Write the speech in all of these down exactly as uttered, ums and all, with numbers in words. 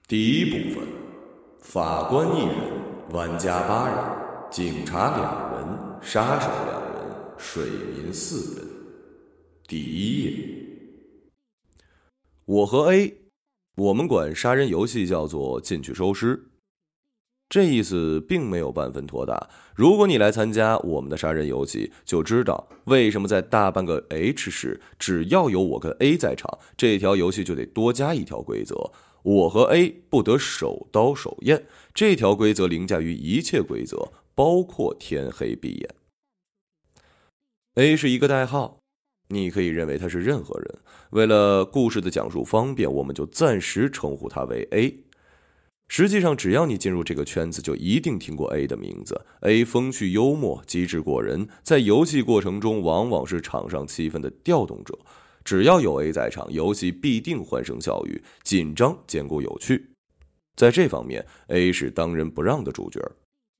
第一部分，法官一人，玩家八人，警察两人，杀手两人，水民四人。第一页。我和 A， 我们管杀人游戏叫做进去收尸。这意思并没有半分拖大，如果你来参加我们的杀人游戏，就知道为什么在大半个 H 市，只要有我跟 A 在场，这条游戏就得多加一条规则，我和 A 不得手刀手验，这条规则凌驾于一切规则，包括天黑闭眼。A 是一个代号，你可以认为他是任何人，为了故事的讲述方便，我们就暂时称呼他为 A。实际上，只要你进入这个圈子，就一定听过 A 的名字。A 风趣幽默，机智过人，在游戏过程中往往是场上气氛的调动者。只要有 A 在场，游戏必定欢声笑语，紧张兼顾有趣。在这方面 ，A 是当仁不让的主角。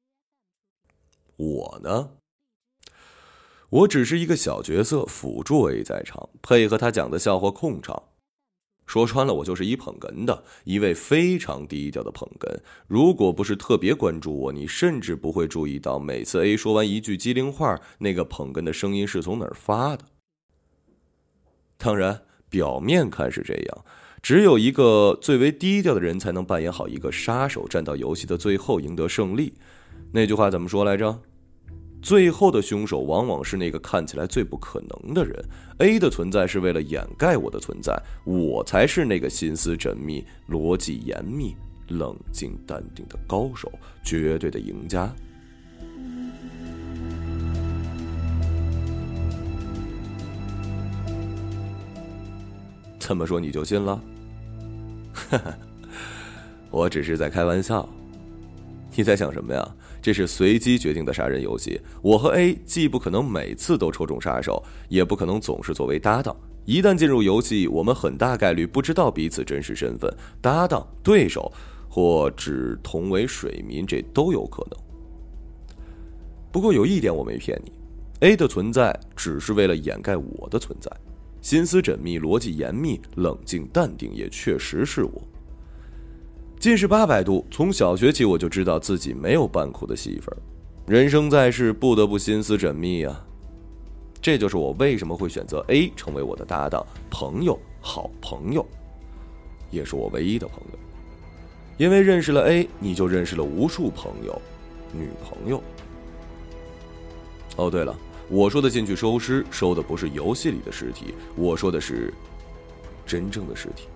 我呢，我只是一个小角色，辅助 A 在场，配合他讲的笑话控场。说穿了，我就是一捧哏的，一位非常低调的捧哏。如果不是特别关注我，你甚至不会注意到每次 A 说完一句机灵话，那个捧哏的声音是从哪儿发的。当然，表面看是这样，只有一个最为低调的人才能扮演好一个杀手，站到游戏的最后赢得胜利。那句话怎么说来着？最后的凶手往往是那个看起来最不可能的人。 A 的存在是为了掩盖我的存在，我才是那个心思缜密、逻辑严密、冷静淡定的高手，绝对的赢家。这么说你就信了？我只是在开玩笑。你在想什么呀？这是随机决定的杀人游戏，我和 A 既不可能每次都抽中杀手，也不可能总是作为搭档。一旦进入游戏，我们很大概率不知道彼此真实身份，搭档、对手或只同为水民，这都有可能。不过有一点我没骗你， A 的存在只是为了掩盖我的存在，心思缜密、逻辑严密、冷静淡定也确实是我。近视八百度，从小学起我就知道自己没有扮酷的戏份，人生在世不得不心思缜密啊。这就是我为什么会选择 A 成为我的搭档、朋友、好朋友，也是我唯一的朋友。因为认识了 A， 你就认识了无数朋友、女朋友。哦，对了，我说的进去收尸，收的不是游戏里的尸体，我说的是真正的尸体。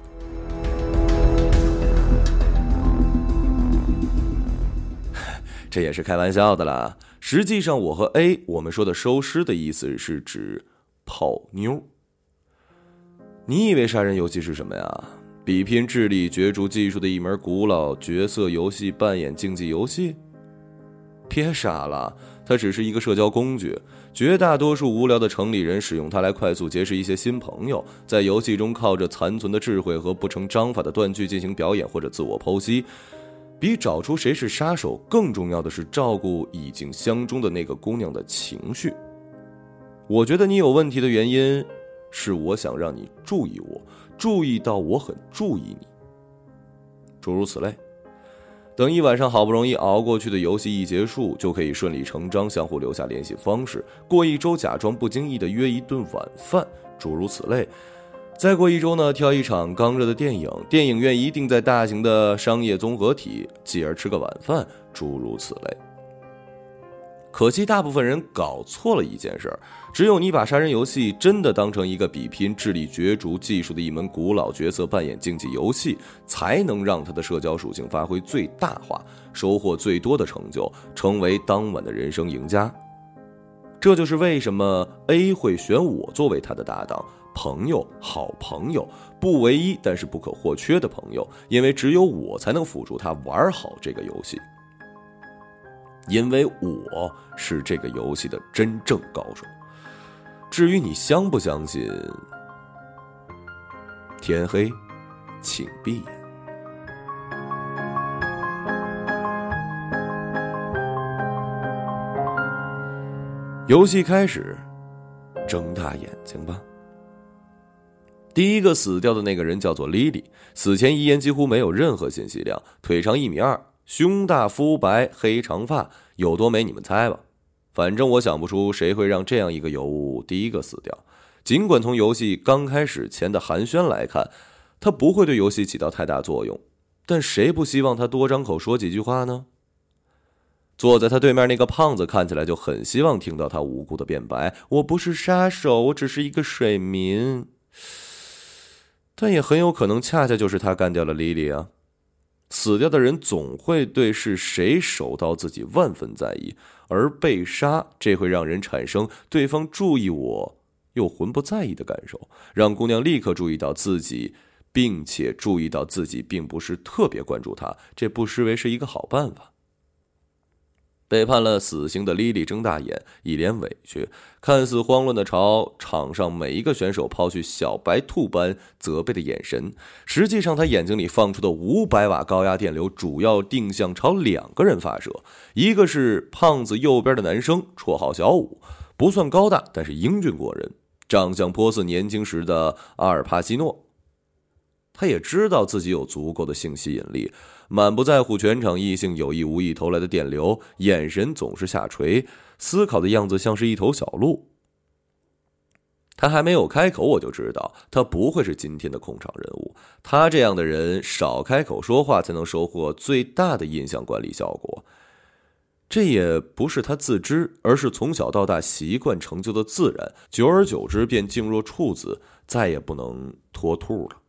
这也是开玩笑的啦。实际上我和 A 我们说的收尸的意思是指泡妞。你以为杀人游戏是什么呀？比拼智力角逐技术的一门古老角色游戏扮演竞技游戏？别傻了，它只是一个社交工具，绝大多数无聊的城里人使用它来快速结识一些新朋友，在游戏中靠着残存的智慧和不成章法的断句进行表演或者自我剖析。比找出谁是杀手更重要的是照顾已经相中的那个姑娘的情绪。我觉得你有问题的原因是我想让你注意我，注意到我很注意你，诸如此类。等一晚上好不容易熬过去的游戏一结束，就可以顺理成章相互留下联系方式，过一周假装不经意的约一顿晚饭，诸如此类。再过一周呢，挑一场刚热的电影，电影院一定在大型的商业综合体，继而吃个晚饭，诸如此类。可惜大部分人搞错了一件事，只有你把杀人游戏真的当成一个比拼智力角逐技术的一门古老角色扮演竞技游戏，才能让它的社交属性发挥最大化，收获最多的成就，成为当晚的人生赢家。这就是为什么 A 会选我作为他的搭档，朋友、好朋友，不唯一但是不可或缺的朋友，因为只有我才能辅助他玩好这个游戏，因为我是这个游戏的真正高手。至于你相不相信，天黑请闭眼。游戏开始，睁大眼睛吧。 第一个死掉的那个人叫做莉莉，死前遗言几乎没有任何信息量，腿长一米二，胸大肤白，黑长发，有多美你们猜吧。反正我想不出谁会让这样一个尤物第一个死掉。尽管从游戏刚开始前的寒暄来看，他不会对游戏起到太大作用，但谁不希望他多张口说几句话呢？坐在他对面那个胖子看起来就很希望听到他无辜的辩白，我不是杀手，我只是一个水民。但也很有可能恰恰就是他干掉了莉莉啊。死掉的人总会对是谁手到自己万分在意，而被杀，这会让人产生对方注意我又浑不在意的感受，让姑娘立刻注意到自己，并且注意到自己并不是特别关注她，这不失为是一个好办法。被判了死刑的莉莉睁大眼，一脸委屈，看似慌乱的朝场上每一个选手抛去小白兔般责备的眼神，实际上他眼睛里放出的五百瓦高压电流主要定向朝两个人发射，一个是胖子右边的男生，绰号小五，不算高大，但是英俊过人，长相颇似年轻时的阿尔帕西诺。他也知道自己有足够的性吸引力，满不在乎全场异性有意无意投来的电流，眼神总是下垂，思考的样子像是一头小鹿。他还没有开口，我就知道他不会是今天的控场人物。他这样的人少开口说话，才能收获最大的印象管理效果。这也不是他自知，而是从小到大习惯成就的自然，久而久之便静若处子，再也不能脱兔了。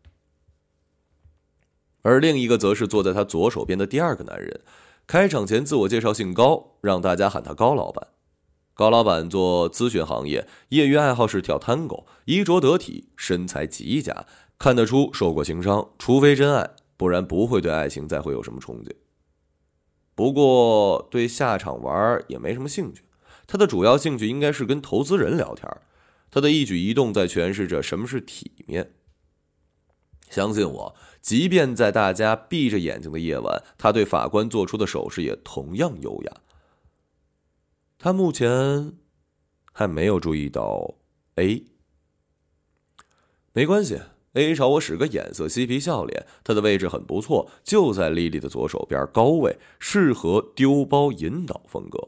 而另一个则是坐在他左手边的第二个男人，开场前自我介绍姓高，让大家喊他高老板。高老板做咨询行业，业余爱好是跳探戈，衣着得体，身材极佳，看得出受过情伤，除非真爱，不然不会对爱情再会有什么憧憬。不过对下场玩也没什么兴趣，他的主要兴趣应该是跟投资人聊天，他的一举一动在诠释着什么是体面。相信我，即便在大家闭着眼睛的夜晚，他对法官做出的手势也同样优雅。他目前还没有注意到 A。 没关系， A 朝我使个眼色，嬉皮笑脸，他的位置很不错，就在莉莉的左手边，高位，适合丢包引导风格。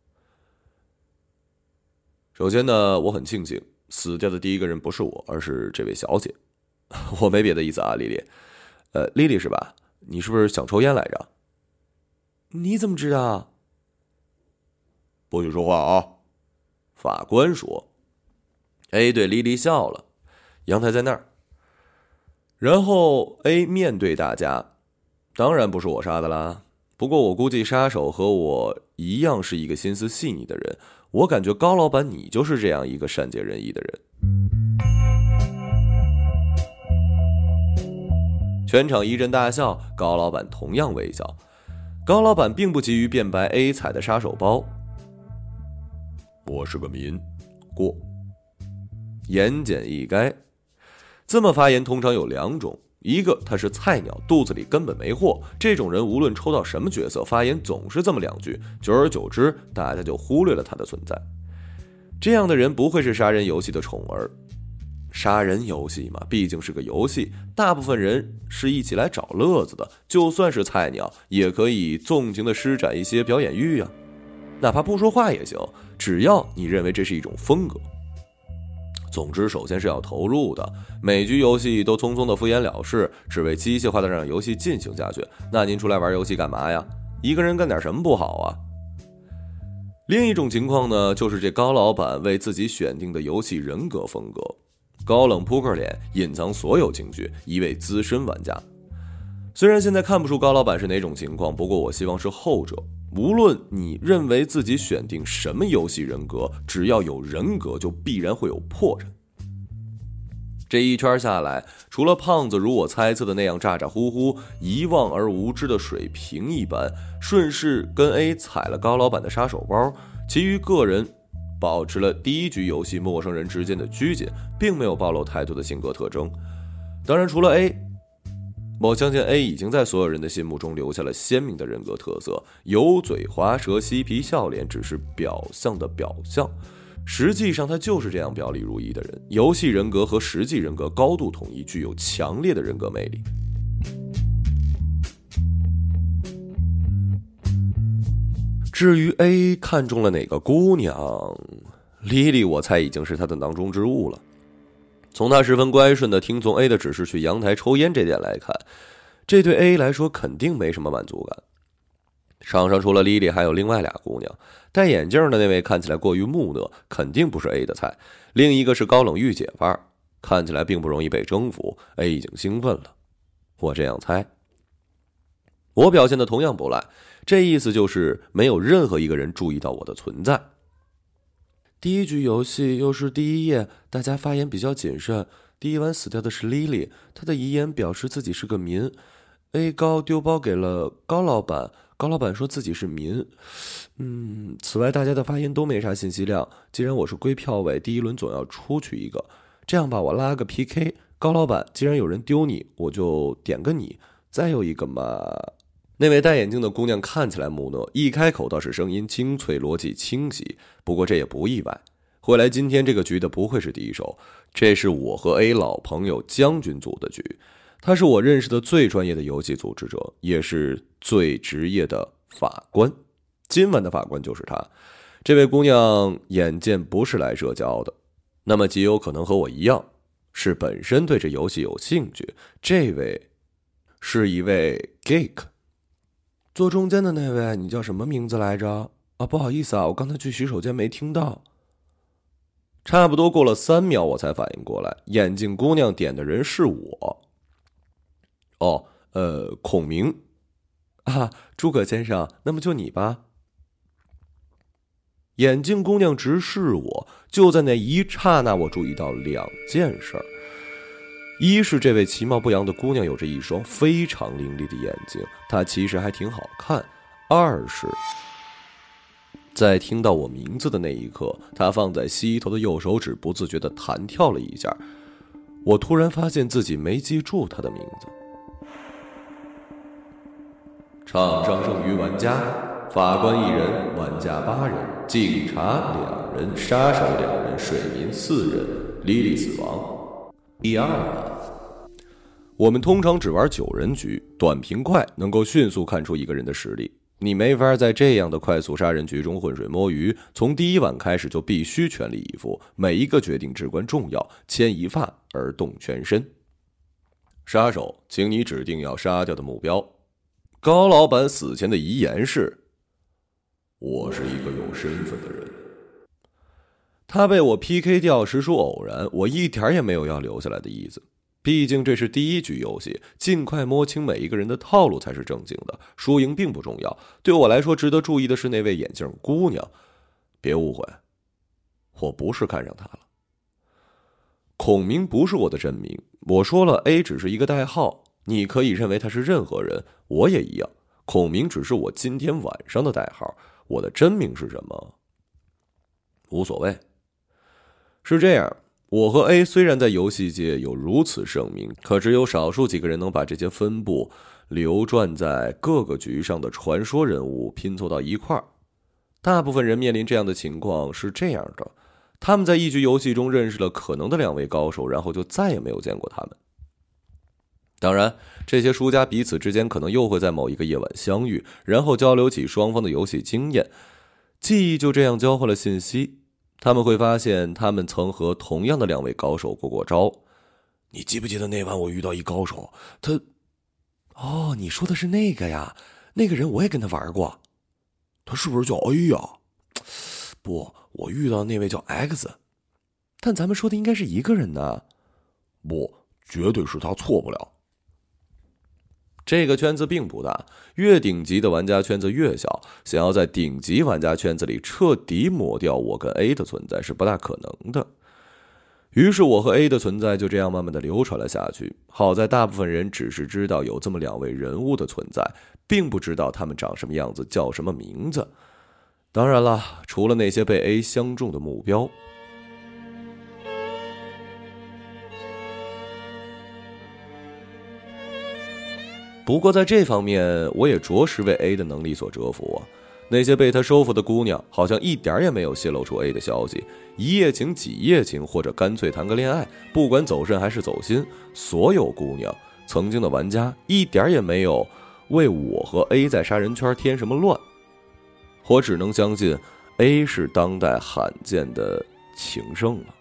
首先呢，我很庆幸死掉的第一个人不是我，而是这位小姐。我没别的意思啊，莉莉。呃，莉莉是吧？你是不是想抽烟来着？你怎么知道？不许说话啊！法官说。A 对莉莉笑了，阳台在那儿。然后 A 面对大家，当然不是我杀的啦。不过我估计杀手和我一样是一个心思细腻的人，我感觉高老板你就是这样一个善解人意的人。全场一阵大笑，高老板同样微笑。高老板并不急于辩白 A 踩的杀手包。我是个民，过。言简意赅。这么发言通常有两种，一个他是菜鸟，肚子里根本没货，这种人无论抽到什么角色，发言总是这么两句，久而久之大家就忽略了他的存在。这样的人不会是杀人游戏的宠儿。杀人游戏嘛，毕竟是个游戏，大部分人是一起来找乐子的，就算是菜鸟也可以纵情的施展一些表演欲啊，哪怕不说话也行，只要你认为这是一种风格。总之首先是要投入的，每局游戏都匆匆的敷衍了事，只为机械化的让游戏进行下去，那您出来玩游戏干嘛呀？一个人干点什么不好啊？另一种情况呢，就是这高老板为自己选定的游戏人格风格，高冷扑克脸，隐藏所有情绪，一位资深玩家。虽然现在看不出高老板是哪种情况，不过我希望是后者。无论你认为自己选定什么游戏人格，只要有人格就必然会有破绽。这一圈下来，除了胖子如我猜测的那样咋咋呼呼遗忘而无知的水平一般，顺势跟 A 踩了高老板的杀手包，其余个人保持了第一局游戏陌生人之间的拘谨，并没有暴露太多的性格特征。当然除了 A， 我相信 A 已经在所有人的心目中留下了鲜明的人格特色，油嘴滑舌嬉皮笑脸只是表象的表象， 实际上他就是这样表里如一的人，游戏人格和实际人格高度统一，具有强烈的人格魅力。至于 A 看中了哪个姑娘，莉莉我猜已经是他的囊中之物了。从他十分乖顺的听从 A 的指示去阳台抽烟这点来看，这对 A 来说肯定没什么满足感。场上除了莉莉还有另外俩姑娘，戴眼镜的那位看起来过于木讷，肯定不是 A 的菜，另一个是高冷御姐范儿，看起来并不容易被征服。 A 已经兴奋了，我这样猜。我表现的同样不赖，这意思就是没有任何一个人注意到我的存在。第一局游戏又是第一页，大家发言比较谨慎。第一晚死掉的是莉莉，她的遗言表示自己是个民。 A 高丢包给了高老板，高老板说自己是民。嗯，此外大家的发言都没啥信息量，既然我是归票委，第一轮总要出去一个，这样吧，我拉个 P K。 高老板，既然有人丢你，我就点个你，再有一个嘛。那位戴眼镜的姑娘看起来木讷，一开口倒是声音清脆，逻辑清晰。不过这也不意外，会来今天这个局的不会是敌手，这是我和 A 老朋友将军组的局。他是我认识的最专业的游戏组织者，也是最职业的法官。今晚的法官就是他。这位姑娘眼见不是来社交的，那么极有可能和我一样，是本身对这游戏有兴趣。这位是一位 geek。坐中间的那位，你叫什么名字来着？啊，不好意思啊，我刚才去洗手间没听到。差不多过了三秒，我才反应过来，眼镜姑娘点的人是我。哦，呃，孔明。啊，诸葛先生，那么就你吧。眼镜姑娘直视我，就在那一刹那，我注意到两件事儿。一是这位其貌不扬的姑娘有着一双非常凌厉的眼睛，她其实还挺好看。二是在听到我名字的那一刻，她放在膝头的右手指不自觉地弹跳了一下，我突然发现自己没记住她的名字。场上剩余玩家：法官一人，玩家八人，警察两人，杀手两人，水民四人，莉莉死亡。第二晚，我们通常只玩九人局，短平快，能够迅速看出一个人的实力。你没法在这样的快速杀人局中浑水摸鱼，从第一晚开始就必须全力以赴，每一个决定至关重要，牵一发而动全身。杀手，请你指定要杀掉的目标。高老板死前的遗言是：我是一个有身份的人。他被我 P K 掉实属偶然，我一点也没有要留下来的意思。毕竟这是第一局游戏，尽快摸清每一个人的套路才是正经的，输赢并不重要。对我来说，值得注意的是那位眼镜姑娘。别误会，我不是看上她了。孔明不是我的真名，我说了 A 只是一个代号，你可以认为他是任何人，我也一样。孔明只是我今天晚上的代号，我的真名是什么？无所谓。是这样，我和 A 虽然在游戏界有如此盛名，可只有少数几个人能把这些分布流转在各个局上的传说人物拼凑到一块儿。大部分人面临这样的情况是这样的，他们在一局游戏中认识了可能的两位高手，然后就再也没有见过他们。当然，这些输家彼此之间可能又会在某一个夜晚相遇，然后交流起双方的游戏经验，记忆就这样交换了信息。他们会发现他们曾和同样的两位高手过过招。你记不记得那晚我遇到一高手，他……哦，你说的是那个呀，那个人我也跟他玩过。他是不是叫 A 呀？不，我遇到那位叫 X。 但咱们说的应该是一个人呢。不，绝对是他，错不了。这个圈子并不大，越顶级的玩家圈子越小，想要在顶级玩家圈子里彻底抹掉我跟 A 的存在是不大可能的。于是我和 A 的存在就这样慢慢的流传了下去。好在大部分人只是知道有这么两位人物的存在，并不知道他们长什么样子，叫什么名字。当然了，除了那些被 A 相中的目标。不过在这方面，我也着实为 A 的能力所折服啊。 那些被他收服的姑娘好像一点也没有泄露出 A 的消息，一夜情几夜情，或者干脆谈个恋爱，不管走肾还是走心，所有姑娘曾经的玩家一点也没有为我和 A 在杀人圈添什么乱。我只能相信 A 是当代罕见的情圣了。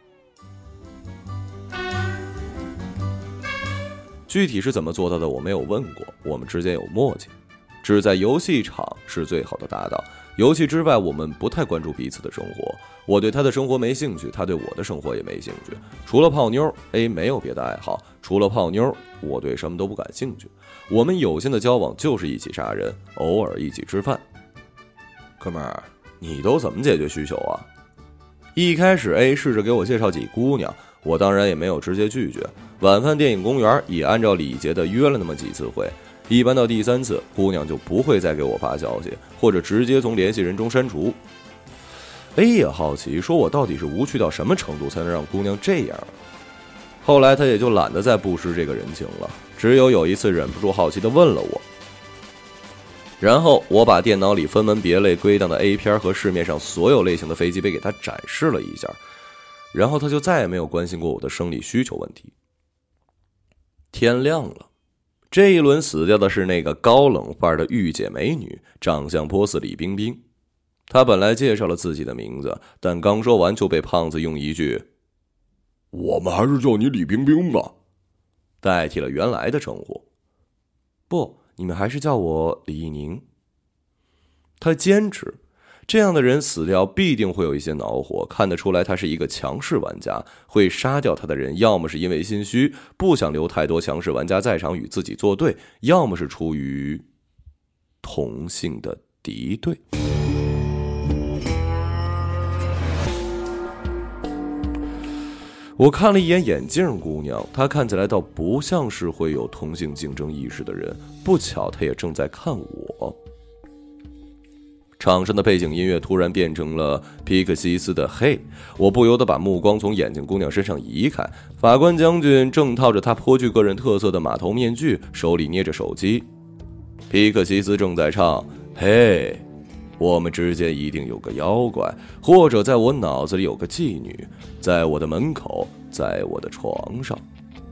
具体是怎么做到的我没有问过，我们之间有默契，只在游戏场是最好的搭档，游戏之外我们不太关注彼此的生活，我对他的生活没兴趣，他对我的生活也没兴趣。除了泡妞 A 没有别的爱好，除了泡妞我对什么都不感兴趣。我们有限的交往就是一起杀人，偶尔一起吃饭。哥们儿，你都怎么解决需求啊？一开始 A 试着给我介绍几姑娘，我当然也没有直接拒绝，晚饭电影公园也按照礼节的约了那么几次会，一般到第三次姑娘就不会再给我发消息，或者直接从联系人中删除。 A 也好奇，说我到底是无趣到什么程度才能让姑娘这样。后来他也就懒得再布施这个人情了，只有有一次忍不住好奇地问了我，然后我把电脑里分门别类归档的 A 片和市面上所有类型的飞机杯给他展示了一下，然后他就再也没有关心过我的生理需求问题。天亮了，这一轮死掉的是那个高冷范儿的御姐美女，长相颇似李冰冰。她本来介绍了自己的名字，但刚说完就被胖子用一句“我们还是叫你李冰冰吧”代替了原来的称呼。不，你们还是叫我李一宁。他坚持，这样的人死掉必定会有一些恼火，看得出来他是一个强势玩家，会杀掉他的人要么是因为心虚，不想留太多强势玩家在场与自己作对，要么是出于同性的敌对。我看了一眼眼镜姑娘，她看起来倒不像是会有同性竞争意识的人，不巧她也正在看我。场上的背景音乐突然变成了皮克西斯的嘿，我不由得把目光从眼镜姑娘身上移开。法官将军正套着他颇具个人特色的马头面具，手里捏着手机。皮克西斯正在唱嘿，我们之间一定有个妖怪，或者在我脑子里有个妓女，在我的门口，在我的床上。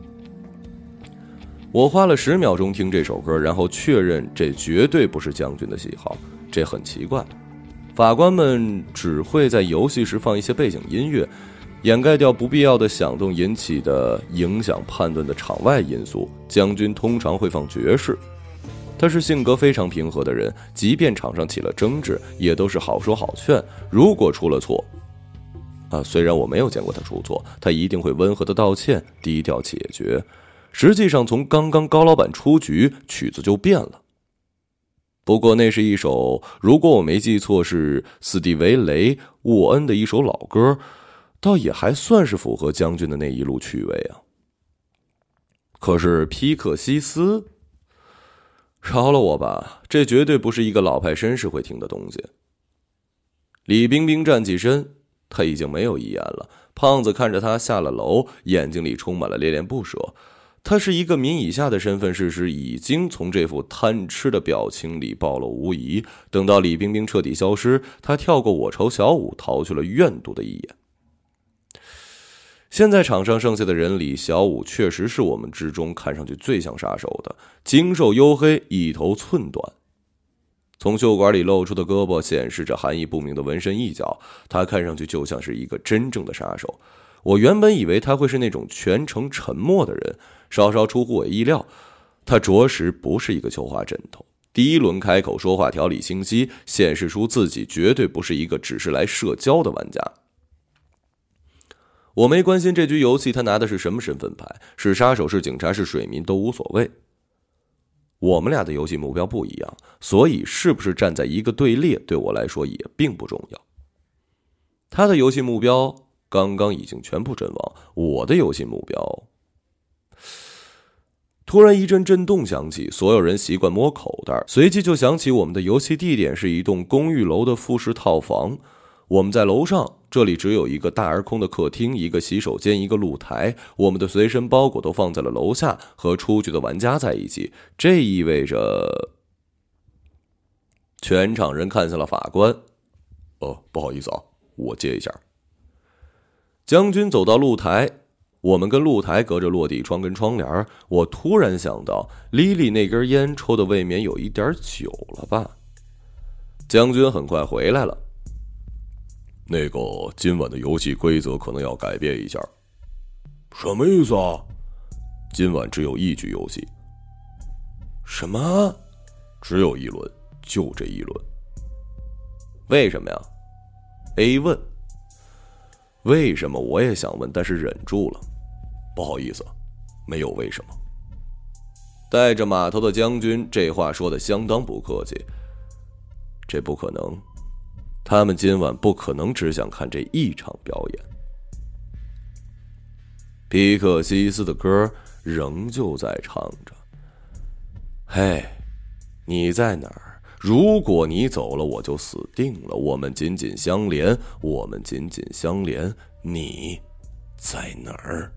我花了十秒钟听这首歌，然后确认这绝对不是将军的喜好。这很奇怪，法官们只会在游戏时放一些背景音乐，掩盖掉不必要的响动引起的影响判断的场外因素。将军通常会放爵士。他是性格非常平和的人，即便场上起了争执，也都是好说好劝。如果出了错，啊，虽然我没有见过他出错，他一定会温和的道歉，低调解决。实际上，从刚刚高老板出局，曲子就变了。不过那是一首，如果我没记错，是斯蒂维雷沃恩的一首老歌，倒也还算是符合将军的那一路趣味啊。可是皮克西斯，饶了我吧，这绝对不是一个老派绅士会听的东西。李冰冰站起身，他已经没有遗言了。胖子看着他下了楼，眼睛里充满了恋恋不舍。他是一个民以下的身份，事实已经从这副贪吃的表情里暴露无遗。等到李冰冰彻底消失，他跳过我愁小舞，逃去了怨毒的一眼。现在场上剩下的人里，小五确实是我们之中看上去最像杀手的，精瘦黝黑，一头寸短。从袖管里露出的胳膊显示着含义不明的纹身一角，他看上去就像是一个真正的杀手。我原本以为他会是那种全程沉默的人，稍稍出乎我意料，他着实不是一个绣花枕头。第一轮开口说话条理清晰，显示出自己绝对不是一个只是来社交的玩家。我没关心这局游戏他拿的是什么身份牌，是杀手，是警察，是水民，都无所谓。我们俩的游戏目标不一样，所以是不是站在一个队列对我来说也并不重要。他的游戏目标刚刚已经全部阵亡，我的游戏目标……突然一阵震动响起，所有人习惯摸口袋，随即就想起我们的游戏地点是一栋公寓楼的复式套房。我们在楼上，这里只有一个大而空的客厅，一个洗手间，一个露台。我们的随身包裹都放在了楼下，和出去的玩家在一起。这意味着， 全场人看向了法官。哦，不好意思啊，我接一下。将军走到露台，我们跟露台隔着落地窗跟窗帘，我突然想到莉莉那根烟抽的未免有一点久了吧。将军很快回来了。那个今晚的游戏规则可能要改变一下。什么意思啊？今晚只有一局游戏。什么？只有一轮，就这一轮。为什么呀？ A 问。为什么我也想问，但是忍住了。不好意思，没有为什么。带着码头的将军这话说得相当不客气。这不可能，他们今晚不可能只想看这一场表演。皮克西斯的歌仍旧在唱着。嘿，你在哪儿？如果你走了，我就死定了。我们紧紧相连，我们紧紧相连。你在哪儿？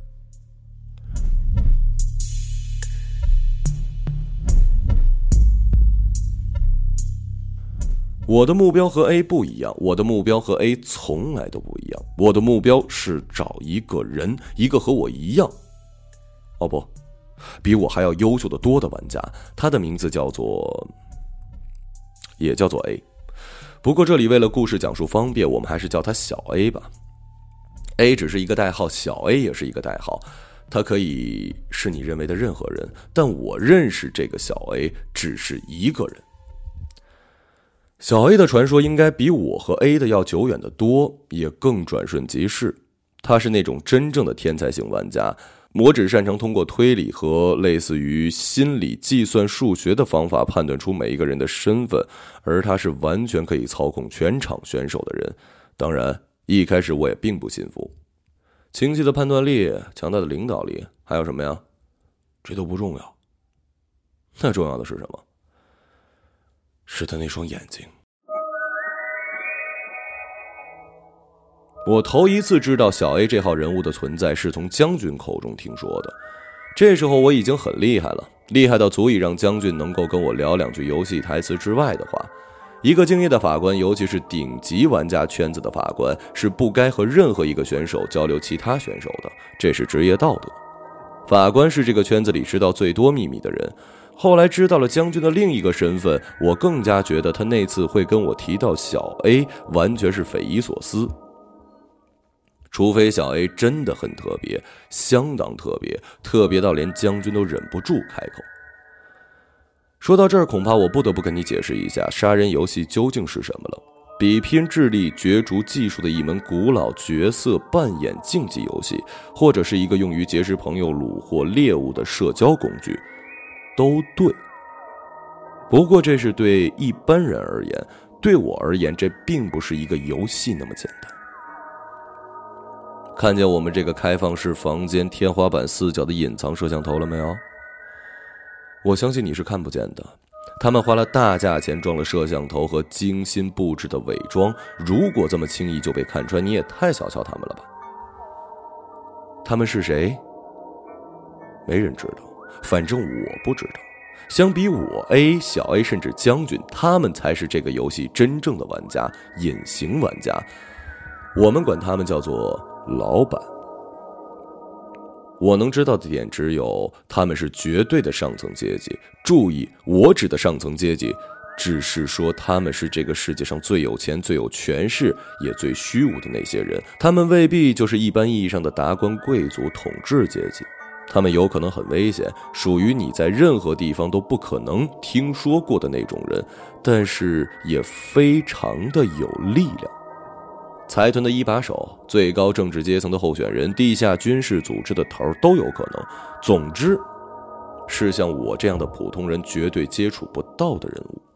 我的目标和 A 不一样，我的目标和 A 从来都不一样。我的目标是找一个人，一个和我一样，哦不，比我还要优秀的多的玩家。他的名字叫做，也叫做 A。不过这里为了故事讲述方便，我们还是叫他小 A 吧。A 只是一个代号，小 A 也是一个代号。他可以是你认为的任何人，但我认识这个小 A 只是一个人。小 A 的传说应该比我和 A 的要久远得多，也更转瞬即逝。他是那种真正的天才型玩家，我只擅长通过推理和类似于心理计算数学的方法判断出每一个人的身份，而他是完全可以操控全场选手的人。当然，一开始我也并不信服。清晰的判断力，强大的领导力，还有什么呀？这都不重要。那重要的是什么？是他那双眼睛。我头一次知道小 A 这号人物的存在是从将军口中听说的。这时候我已经很厉害了，厉害到足以让将军能够跟我聊两句游戏台词之外的话。一个敬业的法官，尤其是顶级玩家圈子的法官，是不该和任何一个选手交流其他选手的，这是职业道德。法官是这个圈子里知道最多秘密的人。后来知道了将军的另一个身份，我更加觉得他那次会跟我提到小 A 完全是匪夷所思。除非小 A 真的很特别，相当特别，特别到连将军都忍不住开口。说到这儿，恐怕我不得不跟你解释一下杀人游戏究竟是什么了。比拼智力角逐技术的一门古老角色扮演竞技游戏，或者是一个用于结识朋友、虏获猎物的社交工具，都对。不过这是对一般人而言，对我而言，这并不是一个游戏那么简单。看见我们这个开放式房间天花板四角的隐藏摄像头了没有？我相信你是看不见的。他们花了大价钱装了摄像头和精心布置的伪装，如果这么轻易就被看穿，你也太小瞧他们了吧。他们是谁？没人知道，反正我不知道。相比我 A 小 A 甚至将军，他们才是这个游戏真正的玩家，隐形玩家。我们管他们叫做老板。我能知道的点只有他们是绝对的上层阶级。注意，我指的上层阶级只是说他们是这个世界上最有钱、最有权势也最虚无的那些人，他们未必就是一般意义上的达官贵族统治阶级。他们有可能很危险，属于你在任何地方都不可能听说过的那种人，但是也非常的有力量。财团的一把手，最高政治阶层的候选人，地下军事组织的头都有可能。总之，是像我这样的普通人绝对接触不到的人物。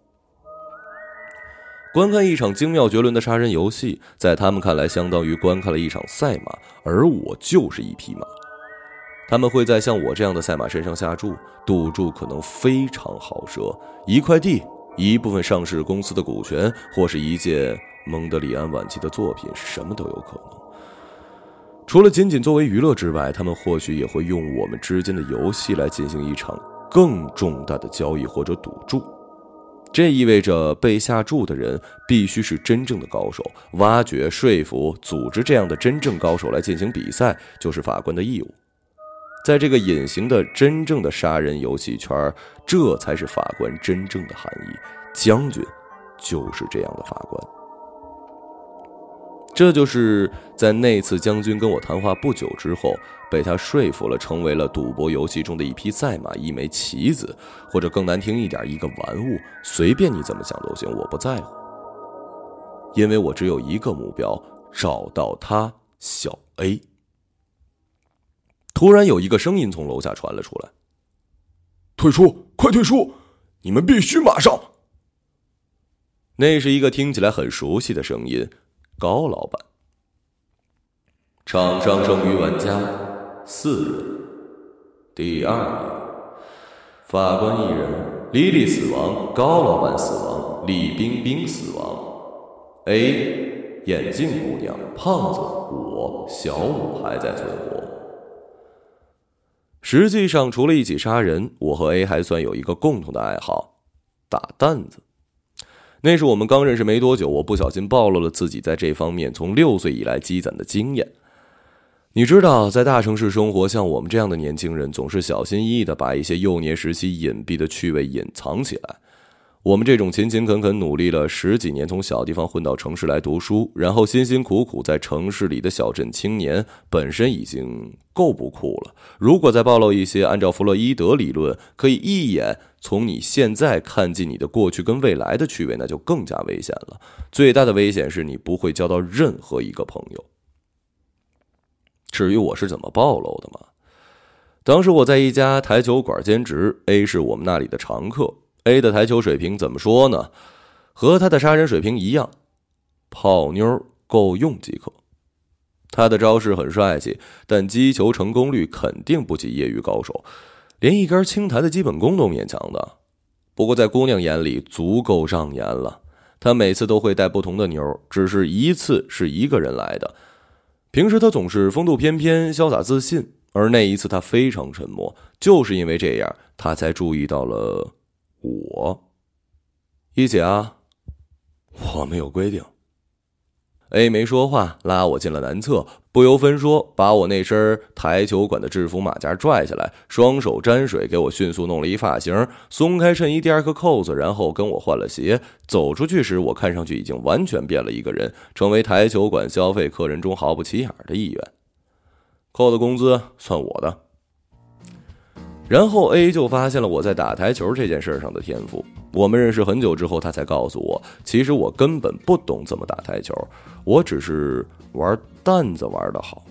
观看一场精妙绝伦的杀人游戏，在他们看来相当于观看了一场赛马，而我就是一匹马。他们会在像我这样的赛马身上下注，赌注可能非常好赊，一块地，一部分上市公司的股权，或是一件蒙德里安晚期的作品，什么都有可能。除了仅仅作为娱乐之外，他们或许也会用我们之间的游戏来进行一场更重大的交易或者赌注。 这意味着被下注的人必须是真正的高手，挖掘、说服、组织这样的真正高手来进行比赛，就是法官的义务。在这个隐形的真正的杀人游戏圈，这才是法官真正的含义。将军就是这样的法官。这就是在那次将军跟我谈话不久之后，被他说服了，成为了赌博游戏中的一匹赛马，一枚棋子，或者更难听一点，一个玩物，随便你怎么想都行，我不在乎。因为我只有一个目标，找到他小 A。 突然有一个声音从楼下传了出来： 退出，快退出，你们必须马上。 那是一个听起来很熟悉的声音，高老板。场上剩余玩家四人，第二名，法官一人，莉莉死亡，高老板死亡，李冰冰死亡。 A 眼镜姑娘、胖子、我、小五还在存活。实际上除了一起杀人，我和 A 还算有一个共同的爱好，打弹子。那是我们刚认识没多久，我不小心暴露了自己在这方面从六岁以来积攒的经验。你知道，在大城市生活，像我们这样的年轻人总是小心翼翼地把一些幼年时期隐蔽的趣味隐藏起来。我们这种勤勤恳恳努力了十几年，从小地方混到城市来读书，然后辛辛苦苦在城市里的小镇青年，本身已经够不酷了。如果再暴露一些按照弗洛伊德理论可以一眼从你现在看进你的过去跟未来的趣味，那就更加危险了。最大的危险是你不会交到任何一个朋友。至于我是怎么暴露的嘛，当时我在一家台球馆兼职， A 是我们那里的常客。 A 的台球水平怎么说呢？和他的杀人水平一样，泡妞够用即可。他的招式很帅气，但击球成功率肯定不及业余高手，连一根青台的基本功都勉强的。不过在姑娘眼里足够上演了，他每次都会带不同的妞，只是一次是一个人来的。平时他总是风度翩翩、潇洒自信，而那一次他非常沉默，就是因为这样，他才注意到了我。一起啊。我没有规定。 A 没说话，拉我进了男厕，不由分说把我那身台球馆的制服马甲拽下来，双手沾水给我迅速弄了一发型，松开衬衣第二个扣子，然后跟我换了鞋。走出去时，我看上去已经完全变了一个人，成为台球馆消费客人中毫不起眼的一员。扣的工资算我的。然后 A 就发现了我在打台球这件事上的天赋。我们认识很久之后，他才告诉我，其实我根本不懂怎么打台球，我只是玩弹子玩得好。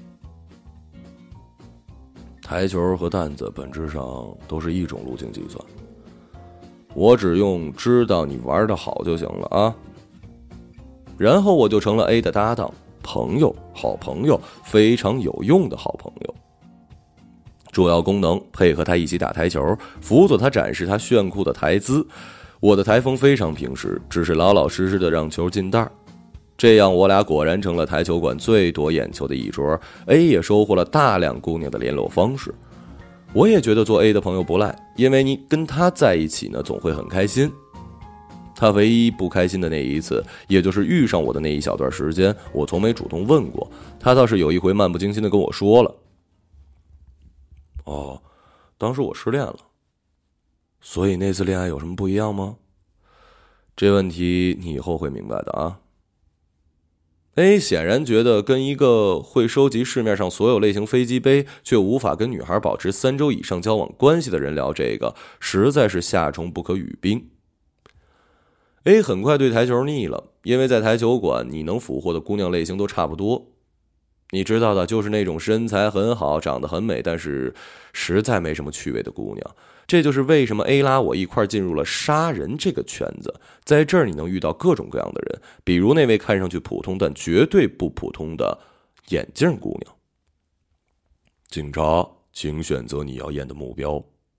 台球和弹子本质上都是一种路径计算，我只用知道你玩得好就行了啊。然后我就成了 A 的搭档，朋友，好朋友，非常有用的好朋友。主要功能配合他一起打台球，辅佐他展示他炫酷的台姿。我的台风非常平实，只是老老实实的让球进袋。这样我俩果然成了台球馆最夺眼球的一桌。 A 也收获了大量姑娘的联络方式。我也觉得做 A 的朋友不赖，因为你跟他在一起呢，总会很开心。他唯一不开心的那一次，也就是遇上我的那一小段时间，我从没主动问过他，倒是有一回漫不经心的跟我说了。哦，当时我失恋了。所以那次恋爱有什么不一样吗？这问题你以后会明白的啊。A 显然觉得跟一个会收集市面上所有类型飞机杯，却无法跟女孩保持三周以上交往关系的人聊这个，实在是夏虫不可语冰。A 很快对台球腻了，因为在台球馆你能俘获的姑娘类型都差不多。你知道的，就是那种身材很好、长得很美，但是实在没什么趣味的姑娘。这就是为什么 A 拉我一块进入了杀人这个圈子。在这儿你能遇到各种各样的人，比如那位看上去普通但绝对不普通的眼镜姑娘。警察，请选择你要验的目标。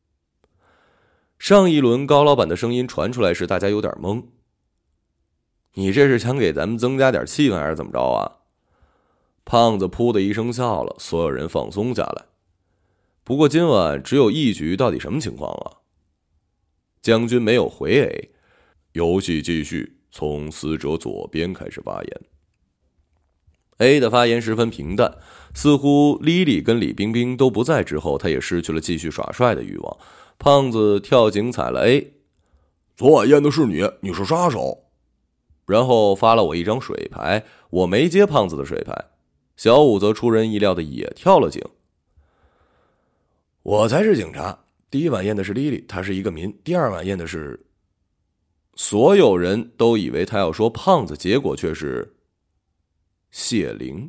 上一轮高老板的声音传出来时，大家有点懵。你这是想给咱们增加点气氛还是怎么着啊？胖子噗的一声笑了，所有人放松下来。不过今晚只有一局，到底什么情况啊？将军没有回 A， 游戏继续，从死者左边开始发言。A 的发言十分平淡，似乎莉莉跟李冰冰都不在之后，他也失去了继续耍帅的欲望。胖子跳井踩了 A， 昨晚验的是你，你是杀手。 然后发了我一张水牌，我没接胖子的水牌。小五则出人意料的也跳了井。 我才是警察，第一晚验的是莉莉，她是一个民，第二晚验的是…… 所有人都以为他要说胖子，结果却是谢玲。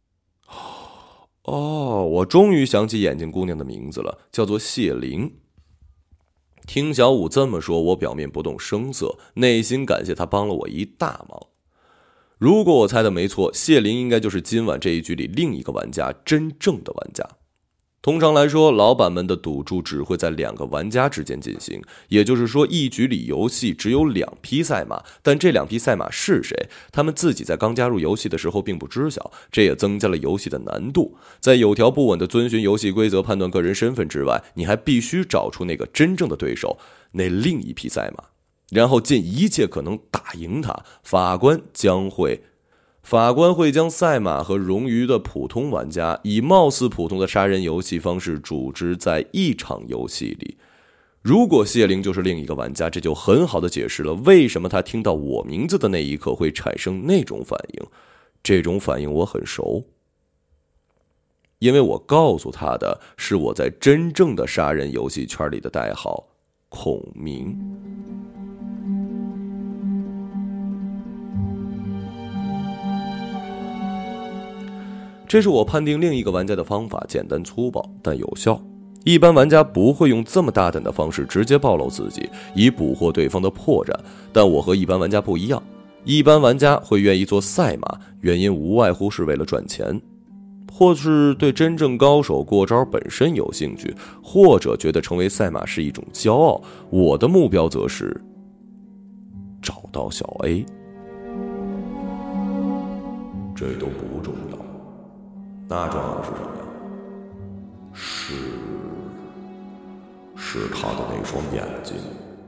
哦，我终于想起眼镜姑娘的名字了，叫做谢玲。听小五这么说，我表面不动声色，内心感谢他帮了我一大忙。如果我猜的没错，谢玲应该就是今晚这一局里另一个玩家，真正的玩家。通常来说，老板们的赌注只会在两个玩家之间进行，也就是说一局里游戏只有两匹赛马，但这两匹赛马是谁，他们自己在刚加入游戏的时候并不知晓，这也增加了游戏的难度。在有条不紊地遵循游戏规则判断个人身份之外，你还必须找出那个真正的对手，那另一匹赛马，然后尽一切可能打赢他。法官将会法官会将赛马和冗余的普通玩家以貌似普通的杀人游戏方式组织在一场游戏里。如果谢玲就是另一个玩家，这就很好的解释了为什么他听到我名字的那一刻会产生那种反应。这种反应我很熟，因为我告诉他的是我在真正的杀人游戏圈里的代号孔明。这是我判定另一个玩家的方法，简单粗暴但有效。一般玩家不会用这么大胆的方式直接暴露自己，以捕获对方的破绽，但我和一般玩家不一样。一般玩家会愿意做赛马，原因无外乎是为了赚钱，或是对真正高手过招本身有兴趣，或者觉得成为赛马是一种骄傲。我的目标则是找到小 A。 这都不重要，那重要的是什么呀？是是他的那双眼睛。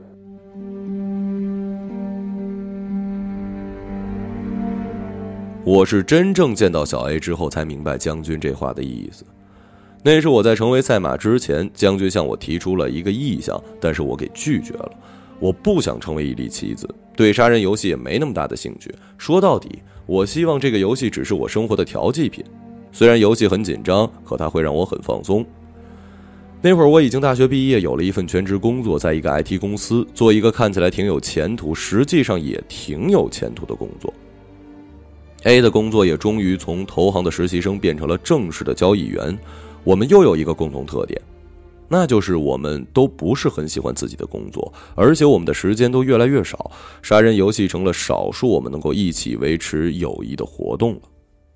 我是真正见到小 A 之后才明白将军这话的意思。那是我在成为赛马之前，将军向我提出了一个意向，但是我给拒绝了。我不想成为一粒棋子，对杀人游戏也没那么大的兴趣。说到底，我希望这个游戏只是我生活的调剂品。虽然游戏很紧张，可它会让我很放松。那会儿我已经大学毕业，有了一份全职工作，在一个 I T 公司做一个看起来挺有前途，实际上也挺有前途的工作。A 的工作也终于从投行的实习生变成了正式的交易员。我们又有一个共同特点，那就是我们都不是很喜欢自己的工作，而且我们的时间都越来越少。杀人游戏成了少数我们能够一起维持友谊的活动了。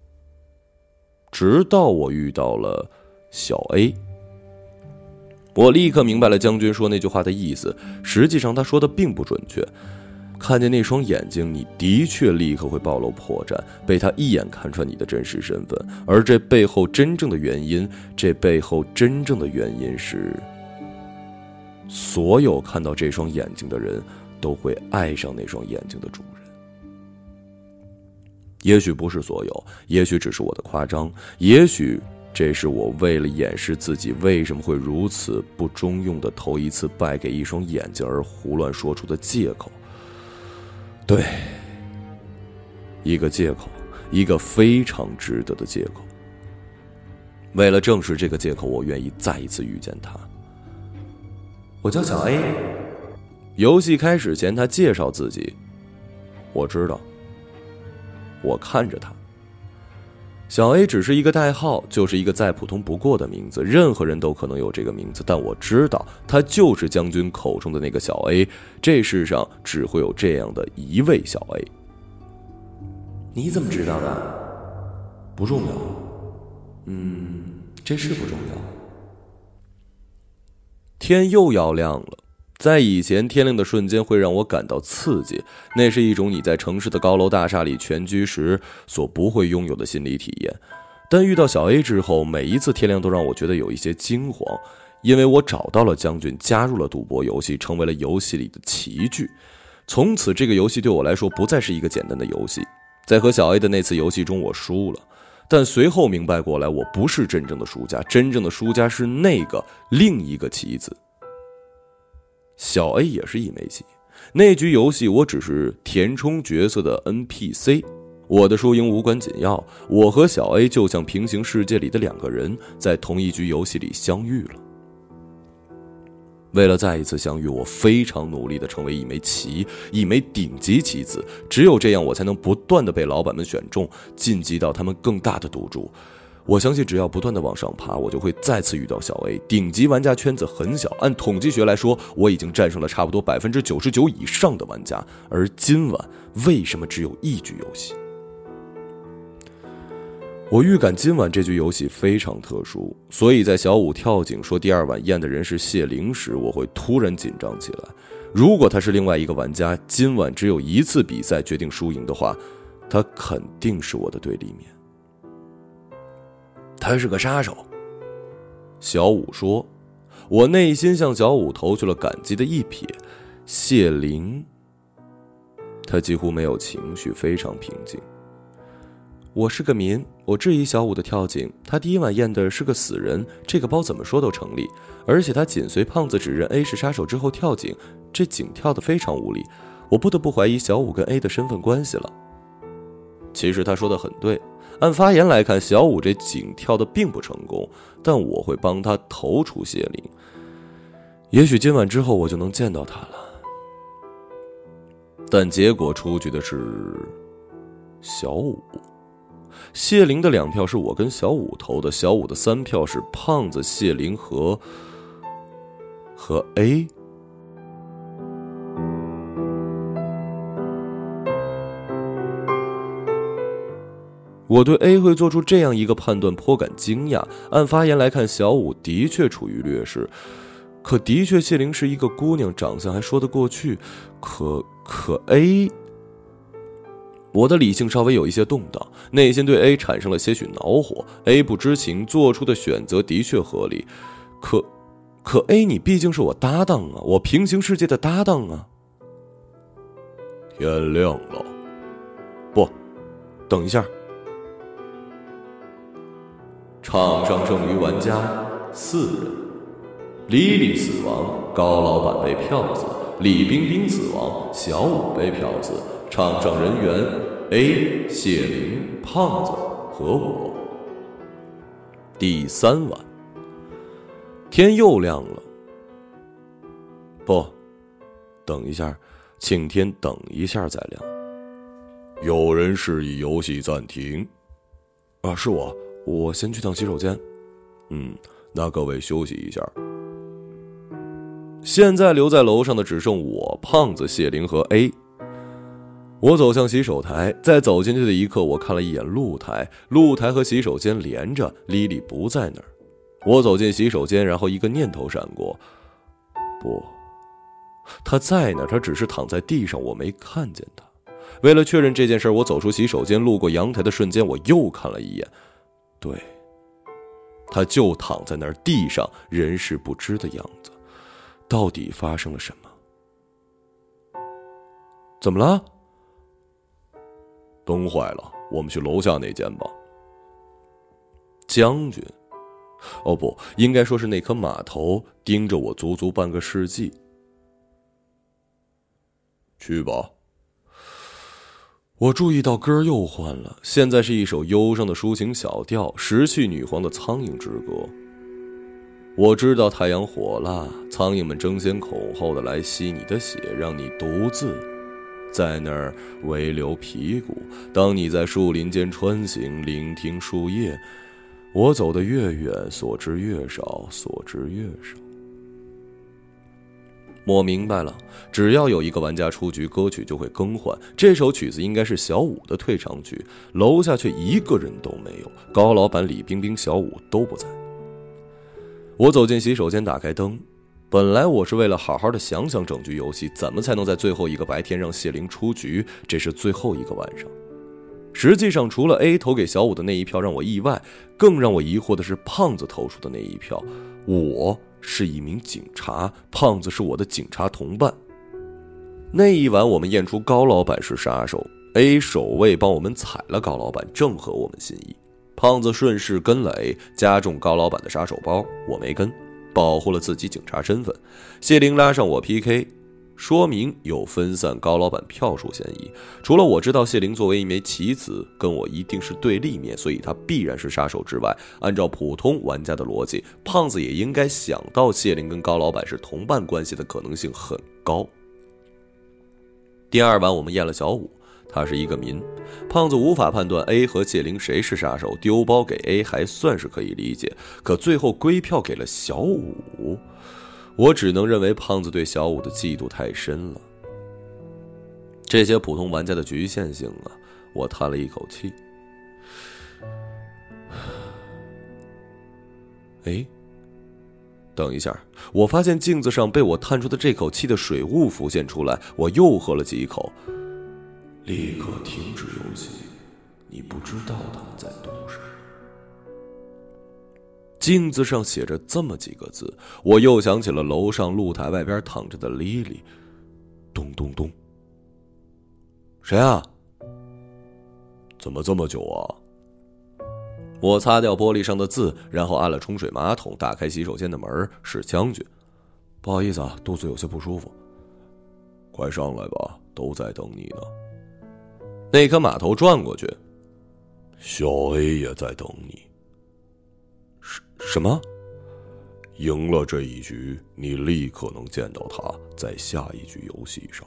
直到我遇到了小 A， 我立刻明白了将军说那句话的意思。实际上他说的并不准确。看见那双眼睛，你的确立刻会暴露破绽，被他一眼看穿你的真实身份。而这背后真正的原因，这背后真正的原因是，所有看到这双眼睛的人都会爱上那双眼睛的主人。也许不是所有，也许只是我的夸张，也许这是我为了掩饰自己为什么会如此不中用的头一次败给一双眼睛而胡乱说出的借口。对，一个借口，一个非常值得的借口。为了证实这个借口，我愿意再一次遇见他。我叫小 A。 游戏开始前，他介绍自己。我知道。我看着他。小 A 只是一个代号，就是一个再普通不过的名字，任何人都可能有这个名字，但我知道他就是将军口中的那个小 A。 这世上只会有这样的一位小 A。 你怎么知道的？不重要。嗯，这是不重要。天又要亮了。在以前，天亮的瞬间会让我感到刺激，那是一种你在城市的高楼大厦里全居时所不会拥有的心理体验。但遇到小 A 之后，每一次天亮都让我觉得有一些惊慌，因为我找到了将军，加入了赌博游戏，成为了游戏里的棋具。 从此这个游戏对我来说不再是一个简单的游戏。在和小 A 的那次游戏中我输了，但随后明白过来，我不是真正的输家，真正的输家是那个另一个棋子。小 A 也是一枚棋，那局游戏我只是填充角色的 N P C， 我的输赢无关紧要，我和小 A 就像平行世界里的两个人，在同一局游戏里相遇了。为了再一次相遇，我非常努力地成为一枚棋，一枚顶级棋子，只有这样我才能不断地被老板们选中，晋级到他们更大的赌注。我相信只要不断地往上爬，我就会再次遇到小 A。 顶级玩家圈子很小，按统计学来说，我已经战胜了差不多 百分之九十九 以上的玩家。而今晚为什么只有一局游戏？我预感今晚这局游戏非常特殊，所以在小五跳井说第二晚验的人是谢灵时，我会突然紧张起来。如果他是另外一个玩家，今晚只有一次比赛决定输赢的话，他肯定是我的对立面。他是个杀手，小五说。我内心向小五投去了感激的一瞥。谢灵，他几乎没有情绪，非常平静。我是个民，我质疑小五的跳井，他第一晚验的是个死人，这个包怎么说都成立，而且他紧随胖子指认 A 是杀手之后跳井，这井跳得非常无力，我不得不怀疑小五跟 A 的身份关系了。其实他说的很对，按发言来看，小五这井跳得并不成功，但我会帮他投出谢灵，也许今晚之后我就能见到他了。但结果出局的是小五。谢灵的两票是我跟小五投的，小五的三票是胖子、谢灵和和 A。 我对 A 会做出这样一个判断颇感惊讶。按发言来看，小五的确处于劣势，可的确谢灵是一个姑娘，长相还说得过去，可可 A，我的理性稍微有一些动荡，内心对 A 产生了些许恼火。 A 不知情做出的选择的确合理，可可 A 你毕竟是我搭档啊，我平行世界的搭档啊。 天亮了。 不，等一下。 场上剩余玩家四人，李李死亡，高老板被票子，李冰冰死亡，小五被票子。场上人员 A、谢灵、胖子和我。 第三晚，天又亮了。不，等一下，请天等一下再亮。 有人示意游戏暂停。 啊，是我，我先去趟洗手间。 嗯，那各位休息一下。 现在留在楼上的只剩我、胖子、谢灵和 A。我走向洗手台，在走进去的一刻，我看了一眼露台，露台和洗手间连着，莉莉不在那儿。我走进洗手间，然后一个念头闪过，不，她在那儿，她只是躺在地上，我没看见她。为了确认这件事，我走出洗手间，路过阳台的瞬间，我又看了一眼，对，她就躺在那儿，地上，人事不知的样子。到底发生了什么？怎么了？ 灯坏了，我们去楼下那间吧。 将军，哦不，应该说是那颗码头盯着我足足半个世纪。 去吧。 我注意到歌又换了，现在是一首忧伤的抒情小调，石器女皇的《苍蝇之歌》。我知道太阳火辣，苍蝇们争先恐后的来吸你的血，让你独自在那儿微流皮骨。当你在树林间穿行，聆听树叶，我走得越远，所知越少，所知越少。我明白了，只要有一个玩家出局，歌曲就会更换。这首曲子应该是小五的退场曲，楼下却一个人都没有，高老板、李冰冰、小五都不在。我走进洗手间，打开灯。本来我是为了好好的想想整局游戏，怎么才能在最后一个白天让谢灵出局，这是最后一个晚上。实际上除了 A 投给小五的那一票让我意外，更让我疑惑的是胖子投出的那一票。我是一名警察，胖子是我的警察同伴。 那一晚我们验出高老板是杀手， A 守卫帮我们踩了高老板，正合我们心意。胖子顺势跟了 A， 加重高老板的杀手包，我没跟，保护了自己警察身份。谢玲拉上我 P K， 说明有分散高老板票数嫌疑。除了我知道谢玲作为一枚棋子跟我一定是对立面，所以他必然是杀手之外，按照普通玩家的逻辑，胖子也应该想到谢玲跟高老板是同伴关系的可能性很高。第二晚我们验了小五，他是一个民。胖子无法判断 A 和谢玲谁是杀手，丢包给 A 还算是可以理解，可最后归票给了小五，我只能认为胖子对小五的嫉妒太深了。这些普通玩家的局限性啊，我叹了一口气。哎，等一下，我发现镜子上被我探出的这口气的水雾浮现出来，我又喝了几口。 立刻停止游戏，你不知道他们在赌什么。 镜子上写着这么几个字，我又想起了楼上露台外边躺着的莉莉。咚咚咚，谁啊？ 怎么这么久啊？ 我擦掉玻璃上的字，然后按了冲水马桶，打开洗手间的门。是将军。 不好意思啊，肚子有些不舒服。快上来吧，都在等你呢。 那颗码头转过去， 小 A 也在等你。 什什么？ 赢了这一局，你立刻能见到他在下一局游戏上。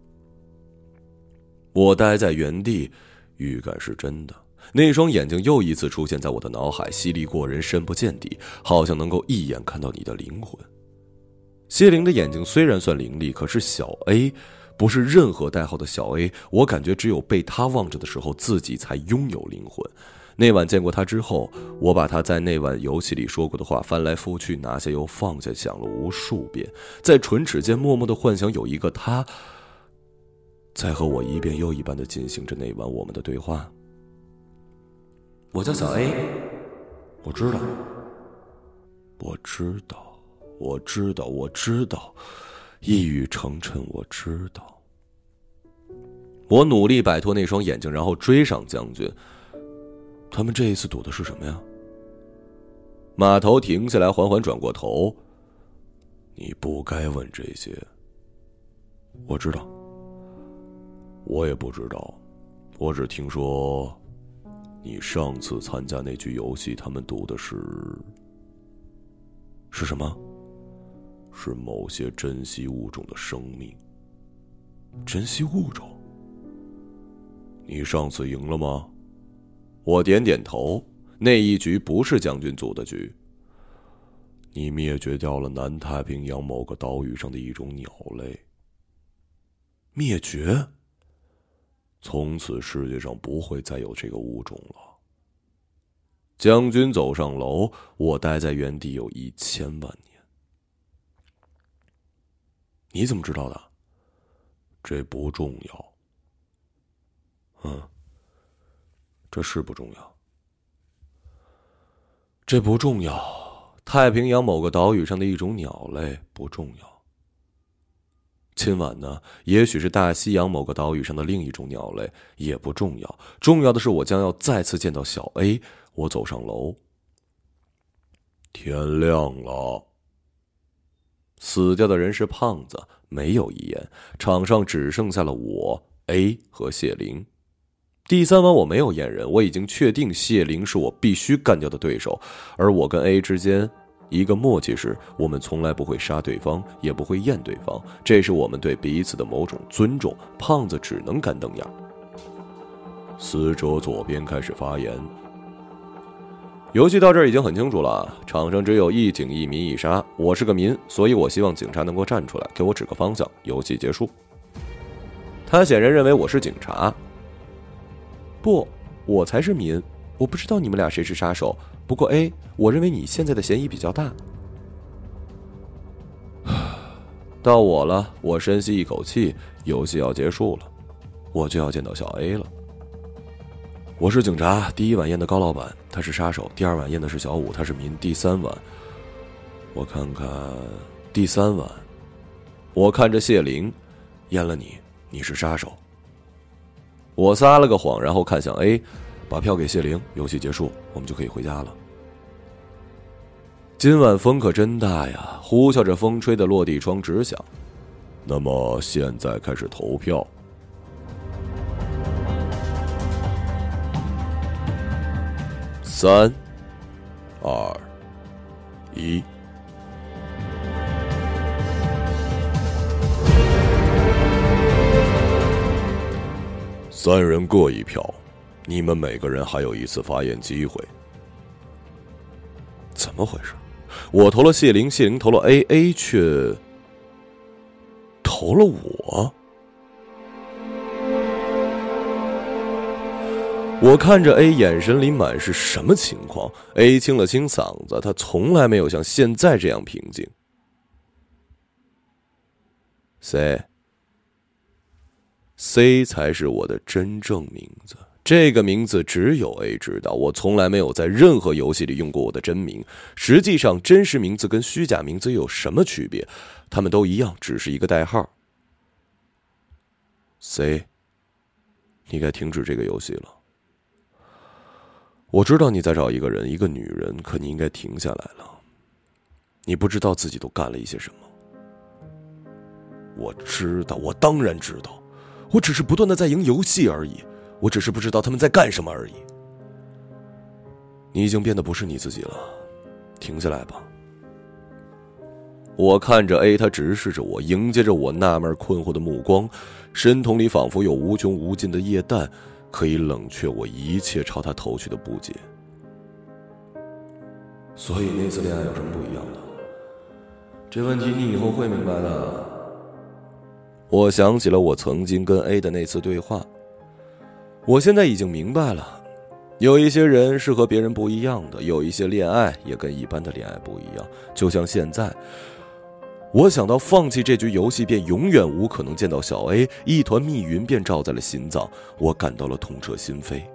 我待在原地，预感是真的。那双眼睛又一次出现在我的脑海，犀利过人，深不见底，好像能够一眼看到你的灵魂。谢玲的眼睛虽然算凌厉，可是小 A不是任何代号的小 A， 我感觉只有被他望着的时候，自己才拥有灵魂。那晚见过他之后，我把他在那晚游戏里说过的话翻来覆去，拿下又放下，想了无数遍，在唇齿间默默地幻想有一个他在和我一遍又一遍地进行着那晚我们的对话。我叫小 A， 我知道，我知道，我知道，我知道，一语成谶，我知道。 我努力摆脱那双眼睛，然后追上将军。他们这一次赌的是什么呀？码头停下来，缓缓转过头。 你不该问这些。我知道，我也不知道，我只听说你上次参加那局游戏，他们赌的是是什么？ 是某些珍稀物种的生命。 珍稀物种？ 你上次赢了吗？ 我点点头。那一局不是将军组的局。 你灭绝掉了南太平洋某个岛屿上的一种鸟类。 灭绝？ 从此世界上不会再有这个物种了。 将军走上楼，我待在原地有一千万年。你怎么知道的？ 这不重要。 嗯，这是不重要。这不重要。太平洋某个岛屿上的一种鸟类不重要。今晚呢，也许是大西洋某个岛屿上的另一种鸟类也不重要。重要的是我将要再次见到小 A。我走上楼。 天亮了。 死掉的人是胖子，没有遗言。场上只剩下了我 A 和谢玲。第三晚我没有验人，我已经确定谢玲是我必须干掉的对手。而我跟 A 之间一个默契是，我们从来不会杀对方，也不会验对方，这是我们对彼此的某种尊重。胖子只能干瞪眼。 死者左边开始发言。 游戏到这儿已经很清楚了，场上只有一警一民一杀，我是个民，所以我希望警察能够站出来给我指个方向，游戏结束。他显然认为我是警察。不，我才是民，我不知道你们俩谁是杀手。不过 A， 我认为你现在的嫌疑比较大。到我了，我深吸一口气，游戏要结束了，我就要见到小 A 了。我是警察，第一晚验的高老板，他是杀手；第二晚验的是小五，他是民；第三晚，我看看，第三晚，我看着谢玲， 阉了你，你是杀手。我撒了个谎，然后看向 A， 把票给谢灵，游戏结束，我们就可以回家了。今晚风可真大呀，呼啸着风吹的落地窗直响。那么现在开始投票。三、二、一。三人各一票，你们每个人还有一次发言机会。怎么回事？我投了谢灵，谢灵投了 A，A 却投了我。我看着 A 眼神里满是什么情况。 A 清了清嗓子，他从来没有像现在这样平静。 C C 才是我的真正名字，这个名字只有 A 知道，我从来没有在任何游戏里用过我的真名。实际上真实名字跟虚假名字有什么区别？他们都一样，只是一个代号。 C 你该停止这个游戏了。我知道你在找一个人，一个女人，可你应该停下来了。你不知道自己都干了一些什么。我知道，我当然知道，我只是不断的在赢游戏而已，我只是不知道他们在干什么而已。你已经变得不是你自己了，停下来吧。我看着 A， 他直视着我，迎接着我纳闷困惑的目光，深瞳里仿佛有无穷无尽的液氮，可以冷却我一切朝他投去的不解。所以那次恋爱有什么不一样的？这问题你以后会明白的。我想起了我曾经跟 A 的那次对话，我现在已经明白了，有一些人是和别人不一样的，有一些恋爱也跟一般的恋爱不一样。就像现在，我想到放弃这局游戏便永远无可能见到小 A， 一团密云便罩在了心脏，我感到了痛彻心扉。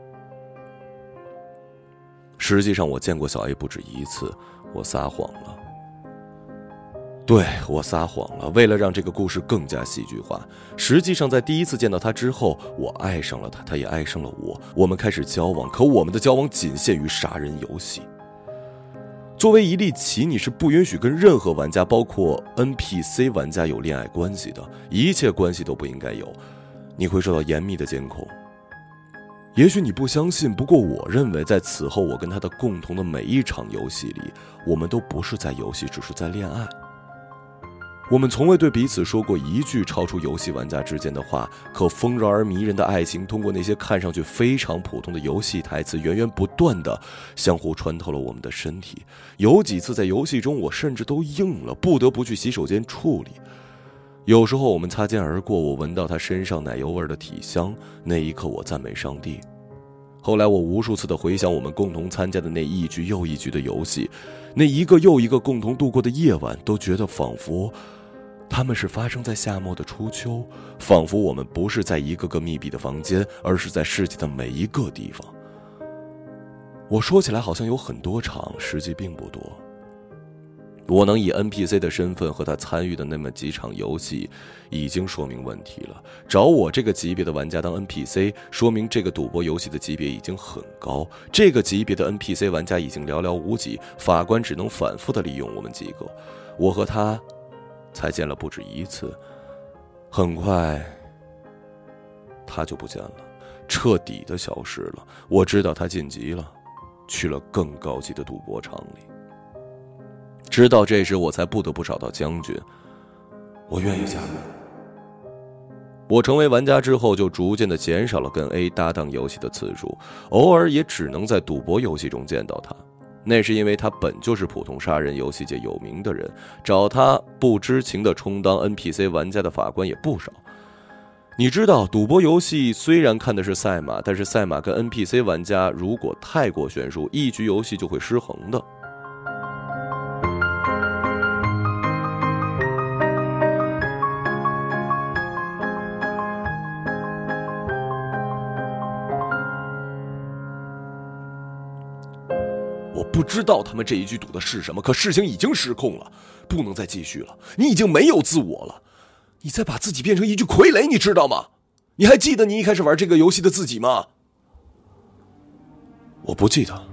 实际上我见过小 A 不止一次，我撒谎了。对，我撒谎了，为了让这个故事更加戏剧化。实际上在第一次见到他之后，我爱上了他，他也爱上了我，我们开始交往，可我们的交往仅限于杀人游戏。作为一粒棋，你是不允许跟任何玩家，包括 N P C 玩家有恋爱关系的，一切关系都不应该有，你会受到严密的监控。也许你不相信，不过我认为在此后我跟他的共同的每一场游戏里，我们都不是在游戏，只是在恋爱。我们从未对彼此说过一句超出游戏玩家之间的话，可丰饶而迷人的爱情通过那些看上去非常普通的游戏台词，源源不断地相互穿透了我们的身体。有几次在游戏中我甚至都硬了，不得不去洗手间处理。有时候我们擦肩而过，我闻到他身上奶油味的体香，那一刻我赞美上帝。后来我无数次地回想我们共同参加的那一局又一局的游戏，那一个又一个共同度过的夜晚，都觉得仿佛他们是发生在夏末的初秋，仿佛我们不是在一个个密闭的房间，而是在世界的每一个地方。我说起来好像有很多场，实际并不多。我能以 N P C 的身份和他参与的那么几场游戏，已经说明问题了。找我这个级别的玩家当 N P C， 说明这个赌博游戏的级别已经很高。这个级别的 N P C 玩家已经寥寥无几，法官只能反复地利用我们几个。我和他才见了不止一次，很快他就不见了，彻底的消失了。我知道他晋级了，去了更高级的赌博场里。直到这时我才不得不找到将军，我愿意加入。我成为玩家之后，就逐渐的减少了跟 A 搭档游戏的次数，偶尔也只能在赌博游戏中见到他。那是因为他本就是普通杀人游戏界有名的人，找他不知情的充当 N P C 玩家的法官也不少。你知道，赌博游戏虽然看的是赛马，但是赛马跟 N P C 玩家如果太过悬殊，一局游戏就会失衡的。我不知道他们这一局赌的是什么，可事情已经失控了，不能再继续了。你已经没有自我了， 你在把自己变成一具傀儡，你知道吗？你还记得你一开始玩这个游戏的自己吗？我不记得，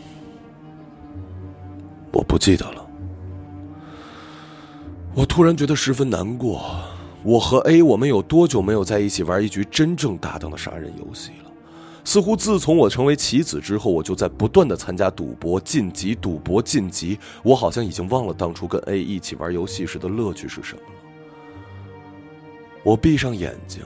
我不记得了。我突然觉得十分难过。我和 A， 我们有多久没有在一起玩一局真正搭档的杀人游戏了？似乎自从我成为棋子之后，我就在不断的参加赌博晋级，赌博晋级。我好像已经忘了当初跟 A 一起玩游戏时的乐趣是什么了。我闭上眼睛。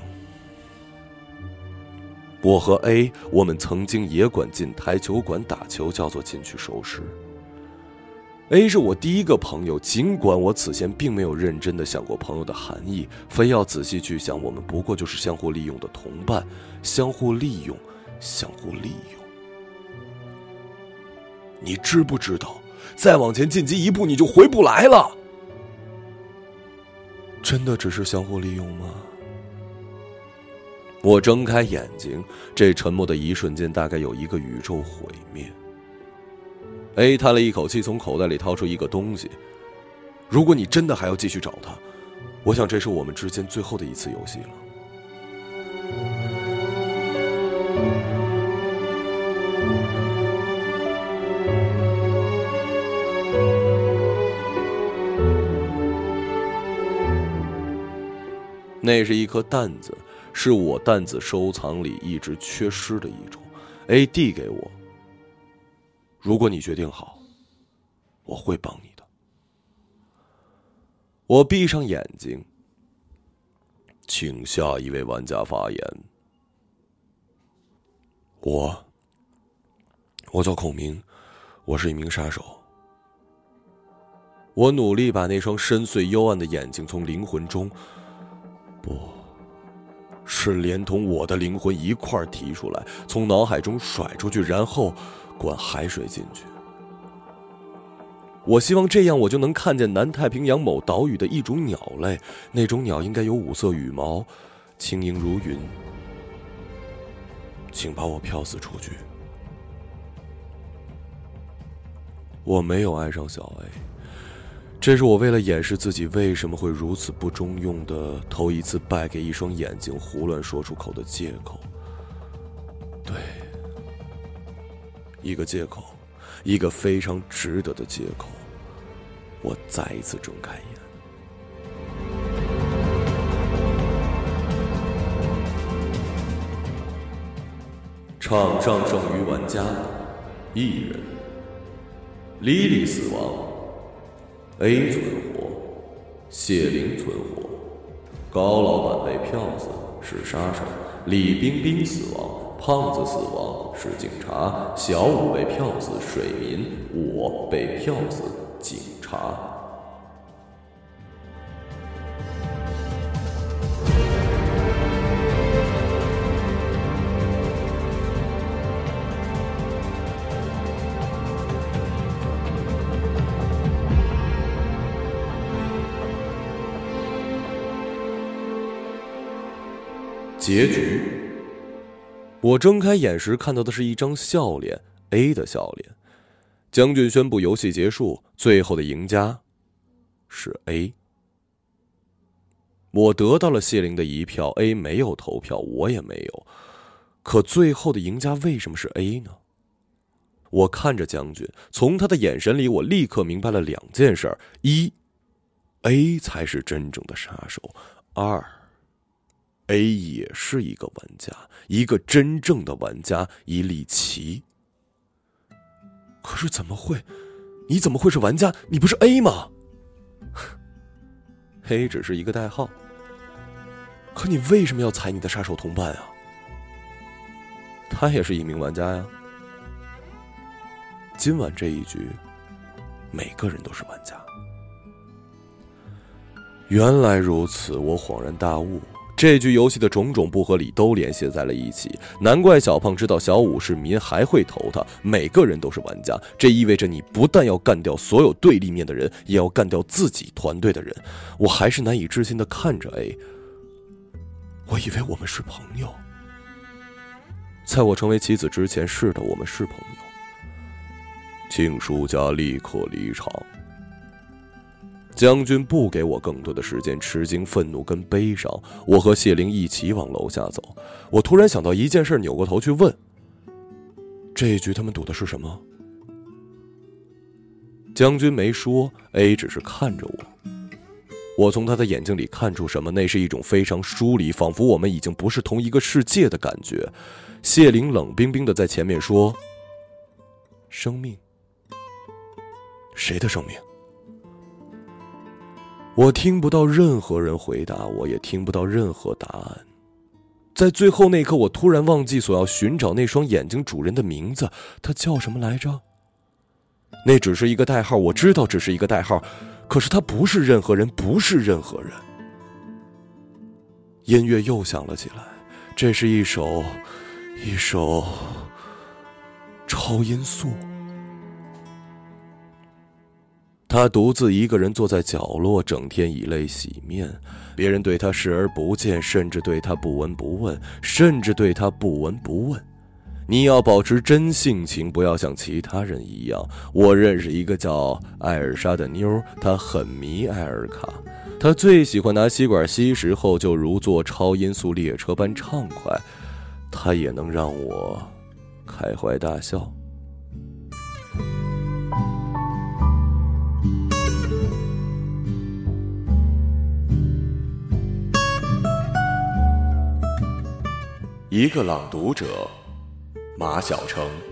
我和 A， 我们曾经也管进台球馆打球叫做进去收尸。A 是我第一个朋友，尽管我此前并没有认真的想过朋友的含义，非要仔细去想，我们不过就是相互利用的同伴，相互利用，相互利用。你知不知道，再往前晋级一步你就回不来了？真的只是相互利用吗？我睁开眼睛，这沉默的一瞬间，大概有一个宇宙毁灭。A 叹了一口气，从口袋里掏出一个东西。如果你真的还要继续找他，我想这是我们之间最后的一次游戏了。那是一颗弹子，是我弹子收藏里一直缺失的一种。A 递给我，如果你决定好，我会帮你的。我闭上眼睛，请下一位玩家发言。我，我叫孔明，我是一名杀手。我努力把那双深邃幽暗的眼睛从灵魂中，不是连同我的灵魂一块提出来，从脑海中甩出去，然后灌海水进去。我希望这样我就能看见南太平洋某岛屿的一种鸟类，那种鸟应该有五色羽毛，轻盈如云。请把我漂死出去。我没有爱上小 A， 这是我为了掩饰自己为什么会如此不中用的头一次败给一双眼睛胡乱说出口的借口。对，一个借口，一个非常值得的借口。我再一次睁开眼。场上剩余玩家一人，莉莉死亡， A 存活，谢灵存活，高老板被票死是杀手，李冰冰死亡，胖子死亡是警察，小五被票死水民，我被票死警察。结局。我睁开眼时看到的是一张笑脸， A 的笑脸。将军宣布游戏结束，最后的赢家是 A。 我得到了谢灵的一票， A 没有投票，我也没有。可最后的赢家为什么是 A 呢？我看着将军，从他的眼神里我立刻明白了两件事：一 A 才是真正的杀手；二A 也是一个玩家，一个真正的玩家，一粒棋。可是怎么会？你怎么会是玩家？你不是 A 吗？ A 只是一个代号。可你为什么要踩你的杀手同伴啊？他也是一名玩家呀。今晚这一局，每个人都是玩家。原来如此，我恍然大悟。这局游戏的种种不合理都联系在了一起，难怪小胖知道小五是民还会投他。每个人都是玩家，这意味着你不但要干掉所有对立面的人，也要干掉自己团队的人。我还是难以置信地看着 A， 我以为我们是朋友。在我成为棋子之前，是的，我们是朋友。请输家立刻离场。 将军不给我更多的时间吃惊、愤怒跟悲伤，我和谢灵一起往楼下走。我突然想到一件事，扭过头去问：这一局他们赌的是什么？将军没说， A 只是看着我。我从他的眼睛里看出什么？那是一种非常疏离，仿佛我们已经不是同一个世界的感觉。谢灵冷冰冰的在前面说：生命。谁的生命？我听不到任何人回答我，也听不到任何答案。在最后那刻，我突然忘记所要寻找那双眼睛主人的名字，他叫什么来着？那只是一个代号，我知道只是一个代号，可是他不是任何人，不是任何人。音乐又响了起来，这是一首一首超音速。他独自一个人坐在角落，整天以泪洗面，别人对他视而不见，甚至对他不闻不问，甚至对他不闻不问。你要保持真性情，不要像其他人一样。我认识一个叫艾尔莎的妞，她很迷艾尔卡，她最喜欢拿吸管吸食后就如坐超音速列车般畅快，她也能让我开怀大笑。一个朗读者，马晓成。